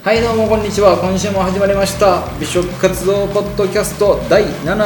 はい、どうもこんにちは。今週も始まりました美食活動ポッドキャスト第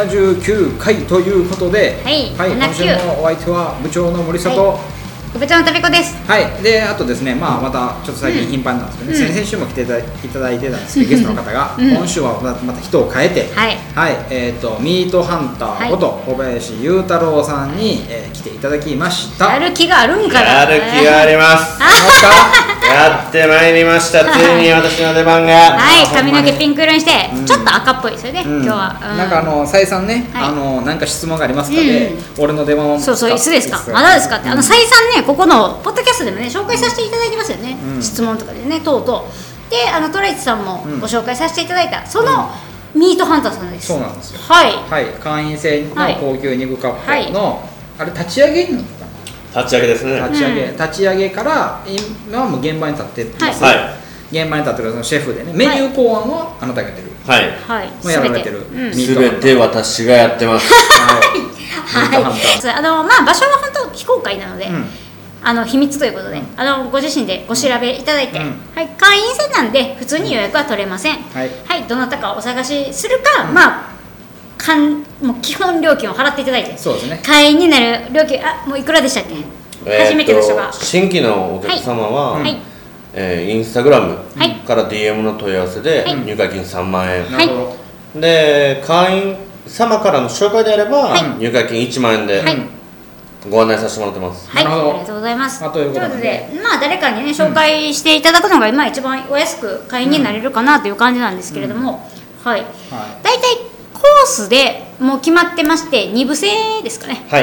79回ということで、 はい、 今週もお相手は部長の森里、 部長のたべこです。 はい、であとですね、またちょっと最近頻繁なんですけどね、先々週も来ていただいてたんですけど、ゲストの方が、今週はまた人を変えて、ミートハンターこと小林雄太郎さんに、来ていただきました。 やる気があるんかな。 やる気があります。やってまいりました。ついに私の出番が。 はい、髪の毛ピンク色にして、ちょっと赤っぽいですよね、今日は。 なんか再三ね、なんか質問がありますかね、俺の出番を。 そう、いつですか、まだですかって、再三ね、ここのポッドキャストでもね、紹介させていただいてますよね、質問とかでね、とうとう。で、トライチさんもご紹介させていただいた、そのミートハンターさんです。 そうなんですよ。 はい。 会員制の高級肉割烹の、あれ、立ち上げになったかな。 立ち上げですね。 立ち上げから今はもう現場に立ってます。現場に立ってるそのシェフでね、メニュー考案をあなたがやってる。 はい。 もうやられてる。 すべて私がやってます。 はい。場所は本当非公開なので、秘密ということで、ご自身でご調べいただいて、会員制なんで普通に予約は取れません。はい。どなたかお探しするか、もう基本料金を払っていただいて、 そうですね。 会員になる料金、もういくらでしたっけ？初めての人が。 新規のお客様は、インスタグラムから DM の問い合わせで入会金3万円。で、会員様からの紹介であれば入会金1万円でご案内させてもらってます。 はい、ありがとうございます。 ということで、誰かにね紹介していただくのが今一番お安く会員になれるかなという感じなんですけれども、大体コースでもう決まってまして2部制ですかね。はい。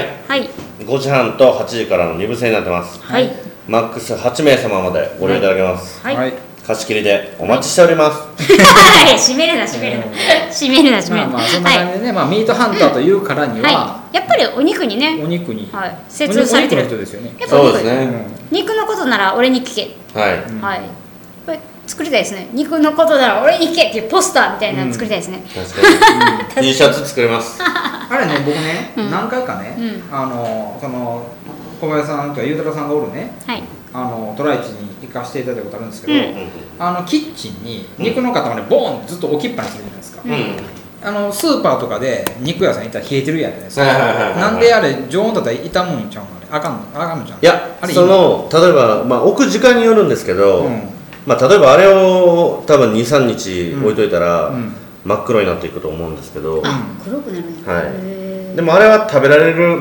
5時半と8時からの2部制になってます。はい。マックス8名様までご利用いただけます。はい。貸し切りでお待ちしております。 閉めるな。そんな感じでね、ミートハンターというからには、 やっぱりお肉に精通されてる。 人ですよね。 そうですね。 肉のことなら俺に聞け。 はい。 これ作りたいですね。肉のことなら俺に聞けっていうポスターみたいなの作りたいですね。 確かに。T シャツ作れます。 あれね、僕ね、何回かね、その小林さんとかゆうたろうさんがおるね、トライチに行かせていただいたことあるんですけど、キッチンに肉の塊ボーンってずっと置きっぱにするじゃないですか。スーパーとかで肉屋さん行ったら冷えてるやんですか。なんであれ常温だったら傷むんちゃうのあれ、あかんのちゃうの。 いや、例えば置く時間によるんですけど、例えばあれを多分 2,3 日置いといたら真っ黒になっていくと思うんですけど、 黒くなるんだ。 でもあれは食べられる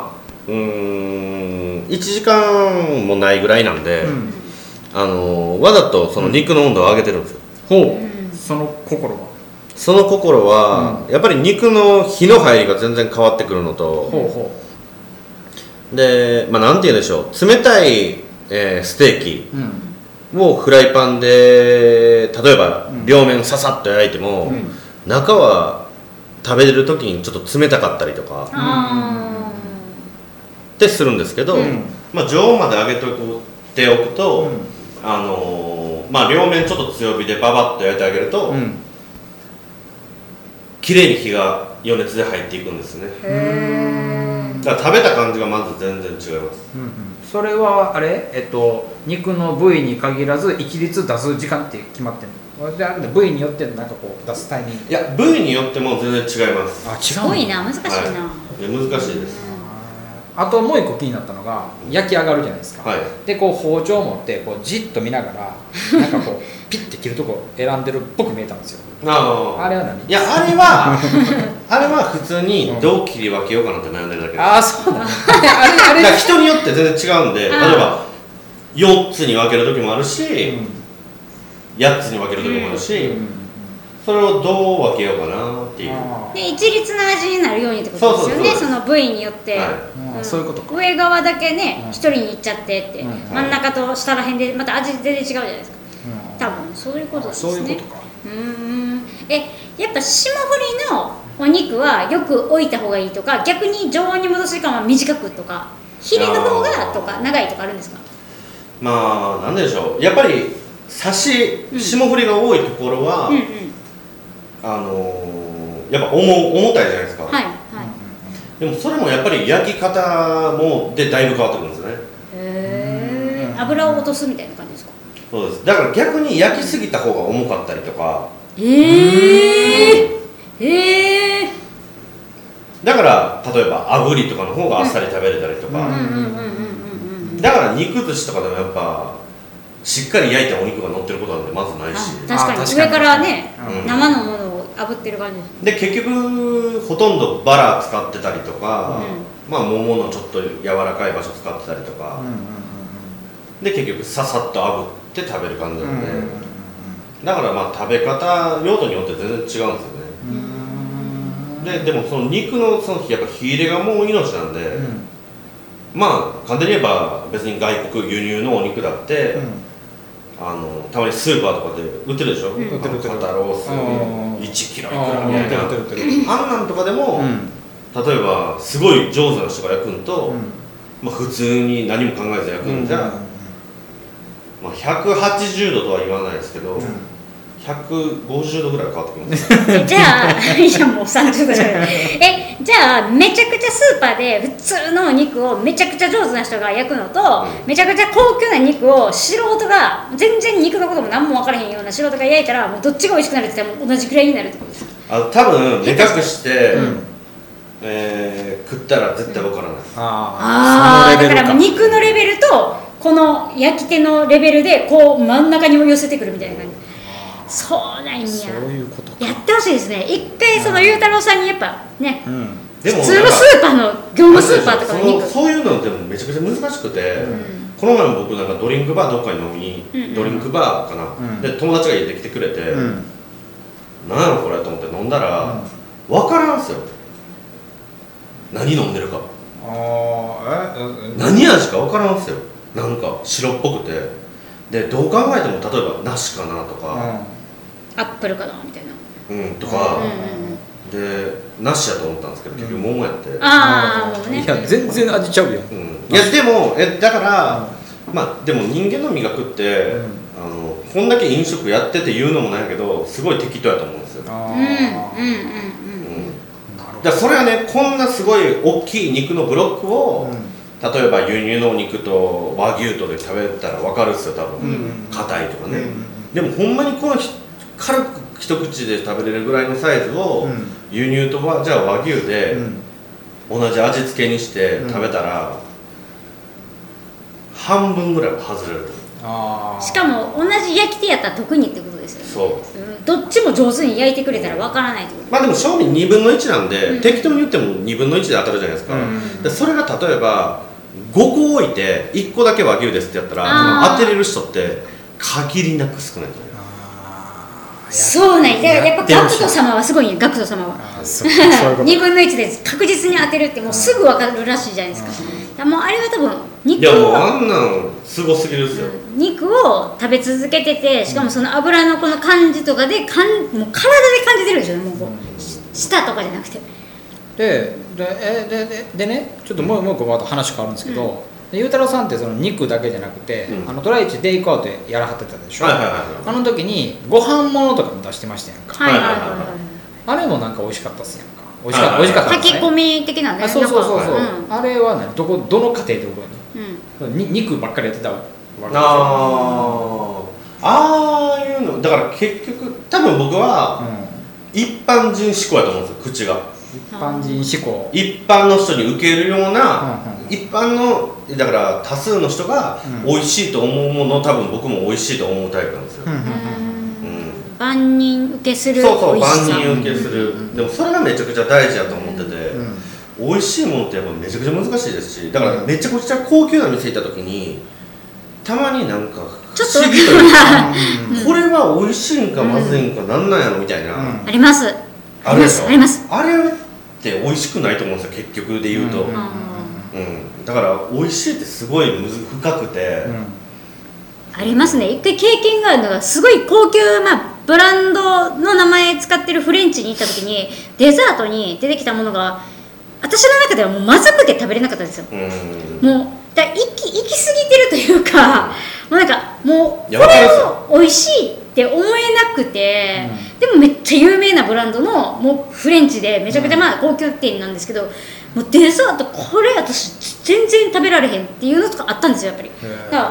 1時間もないぐらいなんで、わざとその肉の温度を上げてるんですよ。 その心は、やっぱり肉の火の入りが全然変わってくるのと、で、なんて言うんでしょう、冷たい、ステーキをフライパンで例えば両面ささっと焼いても、中は食べる時にちょっと冷たかったりとかってするんですけど、常温まで上げておくと、両面ちょっと強火でババッと焼いてあげると、綺麗に火が余熱で入っていくんですね。だから食べた感じがまず全然違います。 それはあれ、肉の部位に限らず一律出す時間って決まってるの？じゃあ部位によってなんかこう出すタイミング。 いや、部位によっても全然違います。 違う。 すごいな、難しいな。 難しいです。 あともう一個気になったのが焼き上がるじゃないですか。でこう包丁を持ってこうじっと見ながらなんかこうピッて切るとこ選んでるっぽく見えたんですよ。あれは何？ いや、あれは普通にどう切り分けようかなって悩んでるだけです。 そうなんだ。あれ人によって全然違うんで、例えば4つに分ける時もあるし、8つに分ける時もあるし、それをどう分けようかなっていう。 で、一律な味になるようにってことですよね。その部位によって、 そういうことか。 上側だけね一人にいっちゃってって、真ん中と下ら辺でまた味全然違うじゃないですか。多分そういうことですね。 そういうことか。 やっぱ霜降りのお肉はよく置いた方がいいとか、逆に常温に戻す時間は短くとか、ヒレの方がとか長いとかあるんですか？ なんでしょう、やっぱり霜降りが多いところは、やっぱ重たいじゃないですか。でもそれもやっぱり焼き方でだいぶ変わってくるんですよね。 油を落とすみたいな感じですか？ そうです。だから逆に焼きすぎた方が重かったりとか。だから例えば炙りとかの方があっさり食べれたりとか。だから肉寿司とかでもやっぱしっかり焼いたお肉が乗ってることなんてまずないし。 確かに上からね、生のものを炙ってる感じで結局ほとんどバラ使ってたりとか、まあ桃のちょっと柔らかい場所使ってたりとか、で結局ささっと炙って食べる感じなので、だからまあ食べ方用途によって全然違うんですよね。でもその肉のそのやっぱ火入れがもう命なんで、まあ簡単に言えば別に外国輸入のお肉だって、たまにスーパーとかで売ってるでしょ、肩ロース1キロいくらみたいな、あんなんとかでも、例えばすごい上手な人が焼くんと、まあ、普通に何も考えず焼くんじゃ、まあ、180度とは言わないですけど、150度ぐらい変わってきますじゃあいやもう30度じゃないじゃあめちゃくちゃスーパーで普通のお肉をめちゃくちゃ上手な人が焼くのと、めちゃくちゃ高級な肉を素人が全然肉のことも何も分からへんような素人が焼いたらもうどっちが美味しくなるって言ったら同じくらいになるってことですか？ 多分目隠して、食ったら絶対分からない。 だからもう肉のレベルとこの焼き手のレベルでこう真ん中に寄せてくるみたいな感じ。そうなんや。 そういうことか。 やってほしいですね。一回そのゆうたろうさんにやっぱね、 でも普通のスーパーの業務スーパーとかの肉そういうのってめちゃくちゃ難しくて、この前も僕なんかドリンクバーどっかに飲みに、ドリンクバーかな、で友達が家で来てくれて、なんやろこれと思って飲んだら、分からんすよ、何飲んでるか。何味か分からんすよ。なんか白っぽくて、でどう考えても例えば梨かなとか、 アップルかなみたいな、 とか、で梨やと思ったんですけど結局桃やって、 いや全然味ちゃうよ。 いやでもだからまあでも人間の味覚って、こんだけ飲食やってて言うのもないけどすごい適当やと思うんですよ。だからそれはね、こんなすごい大きい肉のブロックを、例えば輸入のお肉と和牛とで食べたら分かるっすよ多分、硬いとかね、でもほんまにこの軽く一口で食べれるぐらいのサイズを、輸入とじゃあ和牛で、同じ味付けにして食べたら、半分ぐらいは外れる。 しかも同じ焼き手やったら特にってことですよね。 そう、 どっちも上手に焼いてくれたらわからないってこと。 まあでも正味2分の1なんで、適当に言っても2分の1で当たるじゃないですか、でそれが例えば5個置いて1個だけ和牛ですってやったら当てれる人って限りなく少ないと思う。 そうなんや。やっぱガクト様はすごいんや。ガクト様は2分の1で確実に当てるってもうすぐ分かるらしいじゃないですか。もうあれは多分肉を、 いやもうあんなんすごすぎるっすよ、 肉を食べ続けてて、しかもその油のこの感じとかでもう体で感じてるでしょ、もうこう舌とかじゃなくて。 でね、ちょっともう一個また話変わるんですけど、ゆうたろうさんってその肉だけじゃなくて、ドライチテイクアウトやらはってたでしょ。あの時にご飯物とかも出してましたやんか。あれもなんか美味しかったっすやんか。美味しかったですね。 炊き込み的なね。 そうあれはね、どの家庭で覚えるの？肉ばっかりやってたわけですよ。 ああいうのだから結局多分僕は一般人思考やと思うんですよ、口が。 一般人思考。 一般の人に受けるような、一般のだから多数の人が美味しいと思うものを多分僕も美味しいと思うタイプなんですよ。 万人受けする。 そう万人受けする。でもそれがめちゃくちゃ大事だと思ってて、美味しいものってやっぱめちゃくちゃ難しいですし、だからめちゃくちゃ高級な店行った時にたまになんか不思議というか、これは美味しいんかまずいんかなんなんやろみたいな、 あります。 あるでしょ。 あります。 あれって美味しくないと思うんですよ、結局で言うと。だから美味しいってすごい深くて、 ありますね。一回経験があるのがすごい高級、ブランドの名前使ってるフレンチに行った時にデザートに出てきたものが私の中ではもうまずくて食べれなかったんですよ。もうだ行き過ぎてるというか、もうなんかもうこれを美味しいって思えなくて、でもめっちゃ有名なブランドのもうフレンチでめちゃくちゃ高級店なんですけど、もうデザートこれ私全然食べられへんっていうのとかあったんですよ、やっぱり。だから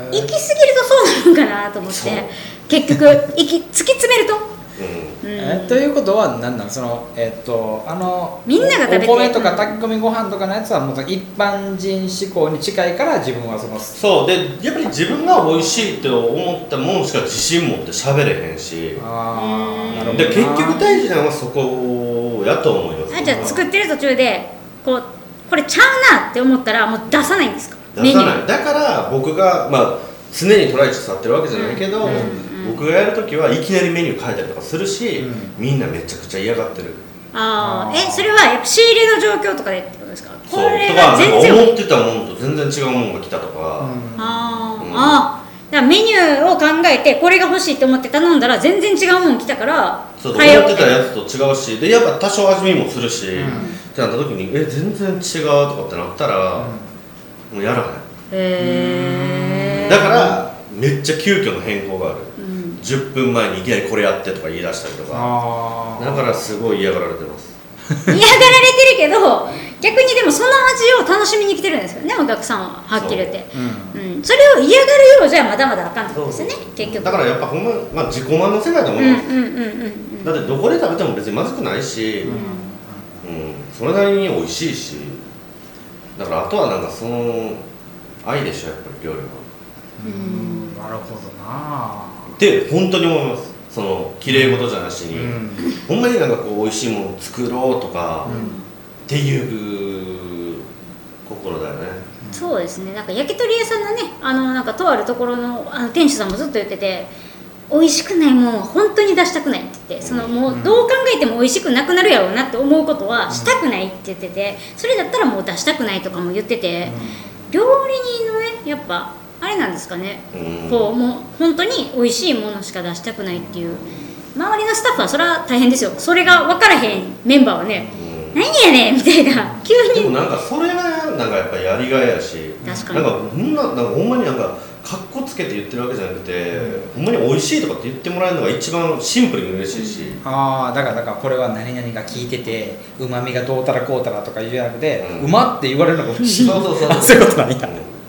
行き過ぎるとそうなるかなと思って、結局突き詰めるとということは何なんそのみんなが食べてお米とか炊き込みご飯とかのやつはもう一般人志向に近いから自分はそうでやっぱり自分が美味しいって思ったものしか自信持って喋れへんしなるほどで結局大事なのはそこやと思います。 じゃあ作ってる途中でこれちゃうなって思ったらもう出さないんですか？ 出さない。だから僕が常にトライチ座ってるわけじゃないけど、僕がやるときはいきなりメニュー変えたりとかするし、みんなめちゃくちゃ嫌がってる。 それはやっぱ仕入れの状況とかでってことですか？ そうとか思ってたものと全然違うものが来たとか。 だからメニューを考えてこれが欲しいと思って頼んだら全然違うもの来たから思ってたやつと違うしでやっぱ多少味見もするし、ってなった時に全然違うとかってなったら、もうやらない。だからめっちゃ急遽の変更がある、10分前にいきなりこれやってとか言い出したりとかだからすごい嫌がられてます。 嫌がられてるけど逆にでもその味を楽しみに来てるんですよねお客さんははっきり言って、それを嫌がるようじゃまだまだあかんってことですよね結局。 だからやっぱほんま、自己満の世界だと思います。だってどこで食べても別にまずくないし、それなりに美味しいしだからあとはなんかその愛でしょやっぱり料理は。 なるほどなって本当に思います。その綺麗事じゃなしに、ほんまになんかこう美味しいものを作ろうとか、っていう心だよね。 そうですね。なんか焼き鳥屋さんのねなんかとあるところの店主さんもずっと言ってて美味しくないもんは本当に出したくないって言ってもうどう考えても美味しくなくなるやろうなって思うことはしたくないって言っててそれだったらもう出したくないとかも言ってて、料理人のねやっぱあれなんですかね、こうもう本当に美味しいものしか出したくないっていう周りのスタッフはそれは大変ですよ。それが分からへんメンバーはね、何やねんみたいな急に。 でもなんかそれがなんかやっぱりやりがいやし、 確かになんかほんまになんかカッコつけて言ってるわけじゃなくて、ほんまに美味しいとかって言ってもらえるのが一番シンプルに嬉しいし、 だからこれは何々が効いててうまみがどうたらこうたらとか言うじゃなくて、うまって言われるのが欲しい。そういうことなんや。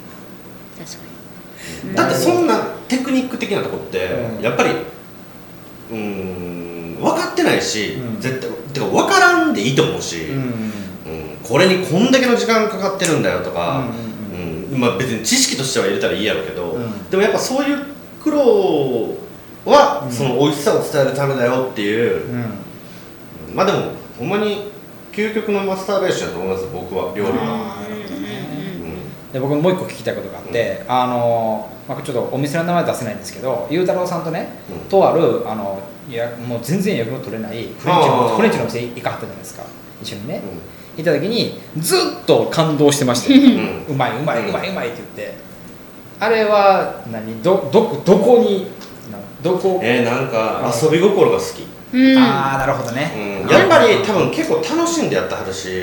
だってそんなテクニック的なとこってやっぱり分かってないし、絶対てか分からんでいいと思うし、これにこんだけの時間かかってるんだよとか、別に知識としては入れたらいいやろうけど、でもやっぱそういう苦労はその美味しさを伝えるためだよっていう、でもほんまに究極のマスターベーションだと思います僕は料理は。 で僕もう一個聞きたいことがあって、ちょっとお店の名前出せないんですけどゆうたろうさんとね、とあるもう全然予約の取れないフレンチのお店行かはったじゃないですか一緒にね、行った時にずっと感動してましたようまいうまいうまいうまいって言ってあれはどこになんか遊び心が好き。 なるほどね、 やっぱり多分結構楽しんでやってはるし、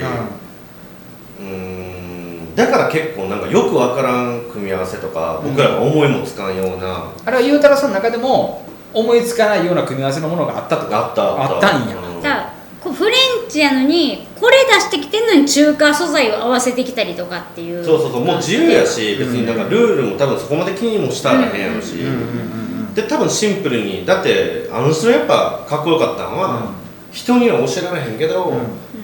だから結構なんかよくわからん組み合わせとか、僕らが思いもつかんような、 あれはゆうたろうさんの中でも思いつかないような組み合わせのものがあったとかあったんや。 じゃあフレンチやのにこれ出してきてんのに中華素材を合わせてきたりとかっていう。 そうもう自由やし別になんかルールも多分そこまで気にもしたらへんやろし、で多分シンプルにだって人やっぱかっこよかったのは、人には教えられへんけど、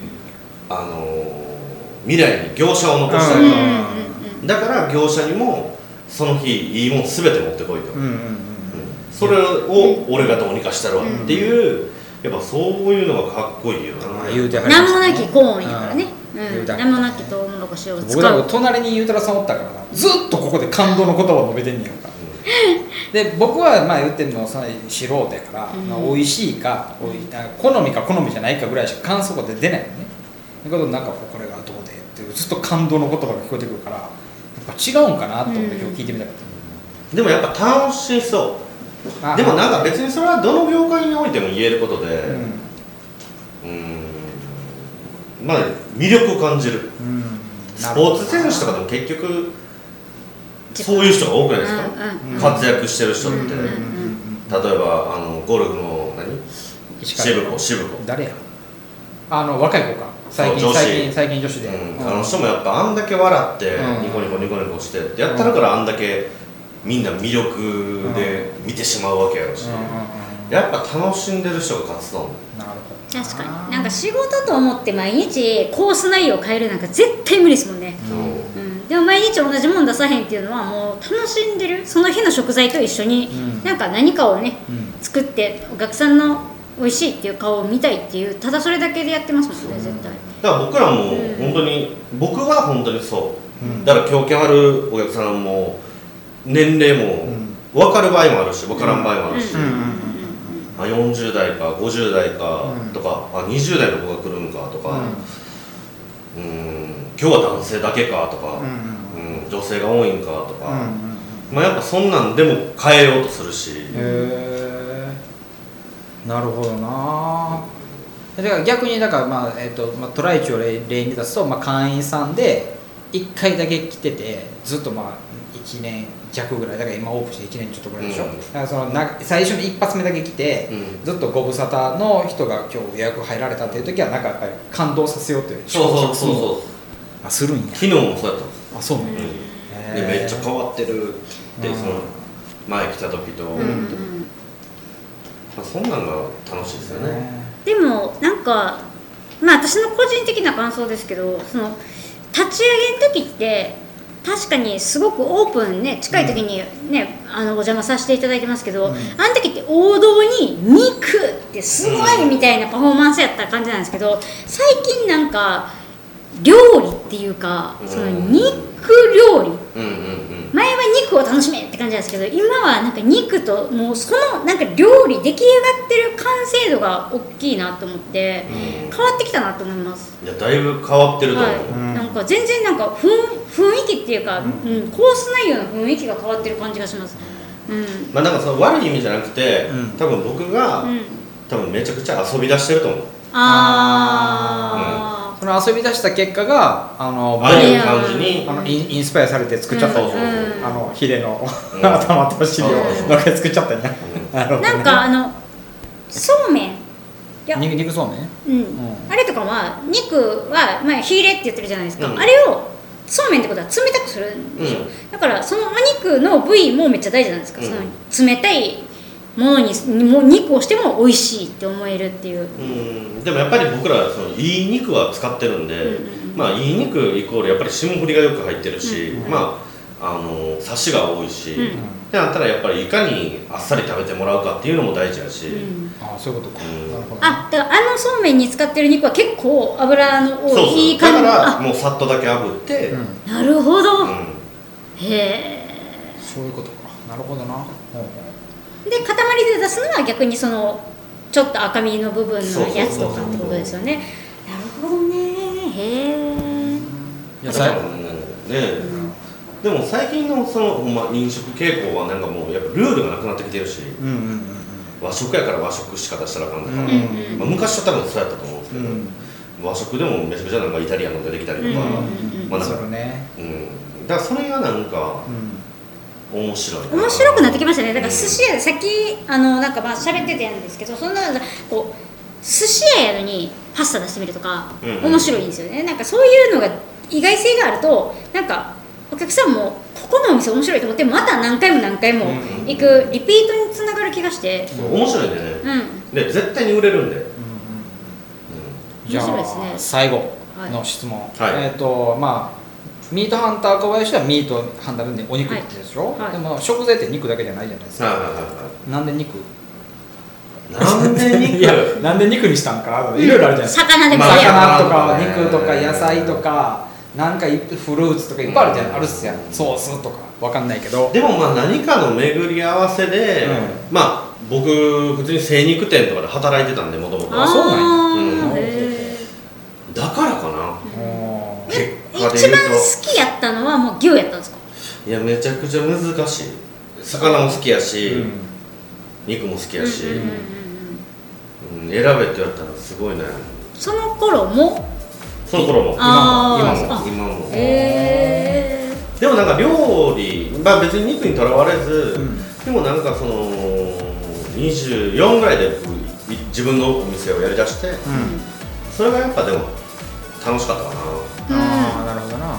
未来に業者を残したり、だから業者にもその日いいもん全て持ってこいと、それを俺がどうにかしたろっていう、やっぱそういうのがかっこいいよな。 名もなきコーンやからね、名もなきトウモロコシを使う。 僕隣にゆうたろうさんおったからずっとここで感動の言葉を述べてんねやんか。で僕は言ってるのは素人やから、美味しいか好みか好みじゃないかぐらいしか感想が出ないのね。だけどなんかこれがどうでってずっと感動の言葉が聞こえてくるからやっぱ違うんかなと思って今日聞いてみたかった。 でもやっぱ楽しそう。でもなんか別にそれはどの業界においても言えることで、魅力を感じる。スポーツ選手とかでも結局そういう人が多くないですか、活躍してる人って。例えばゴルフの渋子誰や若い子か最近女子で、 あの人もやっぱあんだけ笑ってニコニコしてってやったからあんだけみんな魅力で見てしまうわけやろし、やっぱ楽しんでる人が勝つと思う。 なるほど。 確かになんか仕事と思って毎日コース内容変えるなんか絶対無理ですもんね、でも毎日同じもん出さへんっていうのはもう楽しんでるその日の食材と一緒になんか何かをね、作ってお客さんの美味しいっていう顔を見たいっていうただそれだけでやってますもんね絶対。 だから僕らも本当に、僕は本当にそう、だから今日来はるお客さんも年齢も分かる場合もあるし分からん場合もあるし、40代か50代かとか、20代の子が来るんかとか、今日は男性だけかとか、女性が多いんかとか、やっぱそんなんでも変えようとするし。 なるほどな。だから逆にだからトライチを例に出すと、会員さんで1回だけ来ててずっと1年弱ぐらいだから今オープンして1年ちょっとぐらいでしょ、だからその最初の一発目だけ来て、ずっとご無沙汰の人が今日予約入られたっていう時はなんかやっぱり感動させようというそうするんや。 昨日もそうやったんです。 そうなんや、 でめっちゃ変わってるってその前来た時と、そんなんが楽しいですよね。 でもなんか私の個人的な感想ですけど、その立ち上げの時って確かにすごくオープンね近い時にね、お邪魔させていただいてますけど、あの時って王道に肉ってすごいみたいなパフォーマンスやった感じなんですけど、最近なんか料理っていうかその肉料理、前は肉を楽しめって感じなんですけど、今はなんか肉ともうそのなんか料理出来上がってる完成度が大きいなと思って変わってきたなと思います。 いやだいぶ変わってると思う、 なんか全然なんか雰囲気っていうか、コース内容の雰囲気が変わってる感じがします。 なんかその悪い意味じゃなくて、多分僕が、多分めちゃくちゃ遊び出してると思う。 その遊び出した結果がああいう感じにインスパイアされて作っちゃったんですよ、ヒレの頭と尻をのっけ作っちゃったんや、 なんかそうめん肉そうめん、 あれとかは肉は火入れって言ってるじゃないですか、あれをそうめんってことは冷たくするんでしょ、だからそのお肉の部位もめっちゃ大事なんですか、その冷たいものに肉をしても美味しいって思えるっていう。 でもやっぱり僕らそのいい肉は使ってるんで、いい肉イコールやっぱり霜降りがよく入ってるし、サシが多いし、ってなったらやっぱりいかにあっさり食べてもらうかっていうのも大事だし、 そういうことか、 だからそうめんに使ってる肉は結構油の多いいい感じ。 だからもうさっとだけ炙って、 なるほど、へえ、 そういうことか、なるほどな。 で塊で出すのは逆にそのちょっと赤身の部分のやつとかってことですよね。なるほどね。へえ。 でも最近のその飲食傾向はなんかもうやっぱルールがなくなってきてるし、和食やから和食しか出したらあかんとか、昔は多分そうやったと思うんですけど、和食でもめちゃくちゃなんかイタリアンの出てきたりとか、だからそれがなんか。面白くなってきましたね。だから寿司屋でさっきなんか喋ってたんですけど、そんなこう寿司屋やのにパスタ出してみるとか面白いんですよね。なんかそういうのが意外性があるとなんかお客さんもここのお店面白いと思ってまた何回も何回も行くリピートにつながる気がして、 面白いんでね、で絶対に売れるんで。 じゃあ最後の質問、ミートハンター小林はミートハンターでお肉ってでしょ、でも食材って肉だけじゃないじゃないですか。なんで肉なんで肉にしたんか、いろいろあるじゃないですか。 魚でも魚とか肉とか野菜とかなんかフルーツとかいっぱいあるじゃない、あるっすやん、ソースとかわかんないけど、 でも何かの巡り合わせで、僕普通に精肉店とかで働いてたんでもともと。 そうなんや、 だからかな。 一番好きやったのはもう牛やったんですか？ いやめちゃくちゃ難しい。魚も好きやし、肉も好きやし、選べって言われたらすごいね。 その頃も今もでもなんか料理、別に肉にとらわれず、でもなんかその24ぐらいで自分のお店をやりだして、それがやっぱでも楽しかったかな。 なるほどな。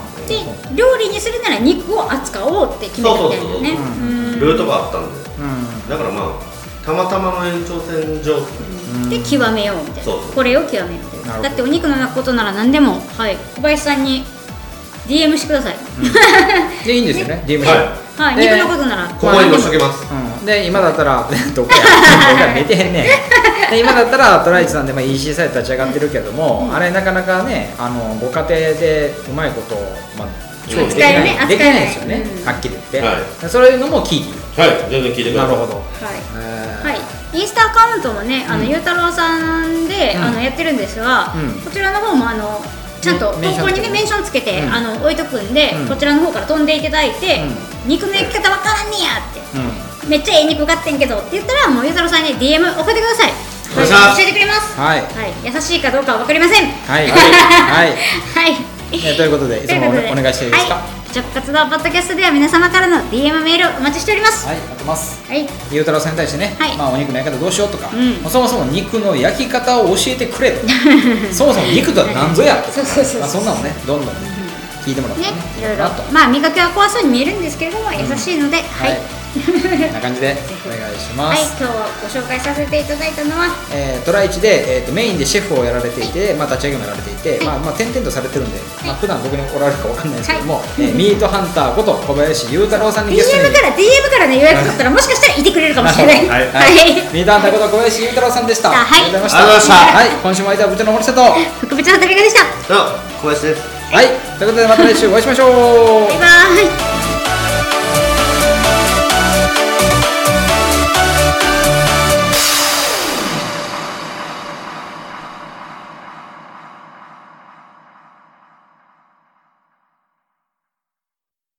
で料理にするなら肉を扱おうって決めたみたいなね。 ルートがあったんで、だからまあたまたまの延長線上で極めようみたいな、これを極めよう。だってお肉のことなら何でも、はい、小林さんに DM してください。 でいいんですよね、DM して。 はい、肉のことならここに載せときます。 で今だったらどこや寝てへんねん。で今だったらトライチさんでEC サイト立ち上がってるけども、あれなかなかねご家庭でうまいこと調理できないですよね、はっきり言って。そういうのも聞いている。 はい、全然聞いてください。 なるほど。 はい、インスタアカウントもね、ゆうたろうさんでやってるんですが、こちらの方もちゃんと投稿にねメンションつけて置いとくんで、こちらの方から飛んでいただいて、肉の焼き方わからんねやって、めっちゃええ肉買ってんけどって言ったら、もうゆうたろうさんに DM 送ってください。教えてくれます。はい、優しいかどうかはわかりません。はいはいということでいつもお願いしていいですか。 食活動ポッドキャストでは皆様からの DM メールをお待ちしております。 はい、待ってます。ゆうたろうさんに対してね、お肉の焼き方どうしようとか、そもそも肉の焼き方を教えてくれと、そもそも肉とは何ぞやとか、そんなのねどんどん聞いてもらってね、 いろいろ見かけは怖そうに見えるんですけれども、優しいので、はい、 こんな感じでお願いします。 今日ご紹介させていただいたのはトライチでメインでシェフをやられていて、立ち上げもやられていて、転々とされてるんで、普段どこにおられるかわかんないですけども、ミートハンターこと小林ゆうたろうさんにゲストに DM からね予約取ったらもしかしたらいてくれるかもしれない。 ミートハンターこと小林ゆうたろうさんでした。ありがとうございました。今週も相手は部長の森下と副部長の田中でした。 小林です。 はい、ということでまた来週お会いしましょう。 バイバイ。